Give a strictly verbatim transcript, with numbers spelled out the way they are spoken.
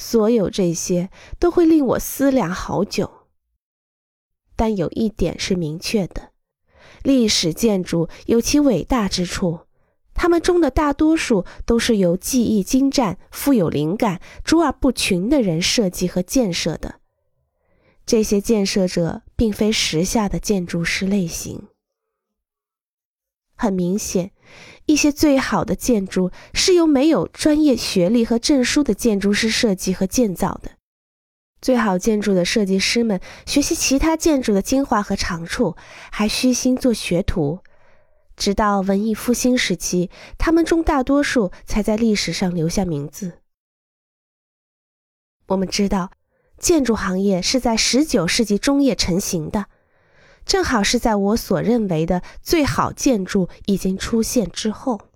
所有这些都会令我思量好久。但有一点是明确的，历史建筑有其伟大之处，它们中的大多数都是由技艺精湛、富有灵感、卓尔不群的人设计和建设的。这些建设者并非时下的建筑师类型。很明显，一些最好的建筑是由没有专业学历和证书的建筑师设计和建造的。最好建筑的设计师们学习其他建筑的精华和长处，还虚心做学徒。直到文艺复兴时期，他们中大多数才在历史上留下名字。我们知道，建筑行业是在十九世纪中叶成型的，正好是在我所认为的最好建筑已经出现之后。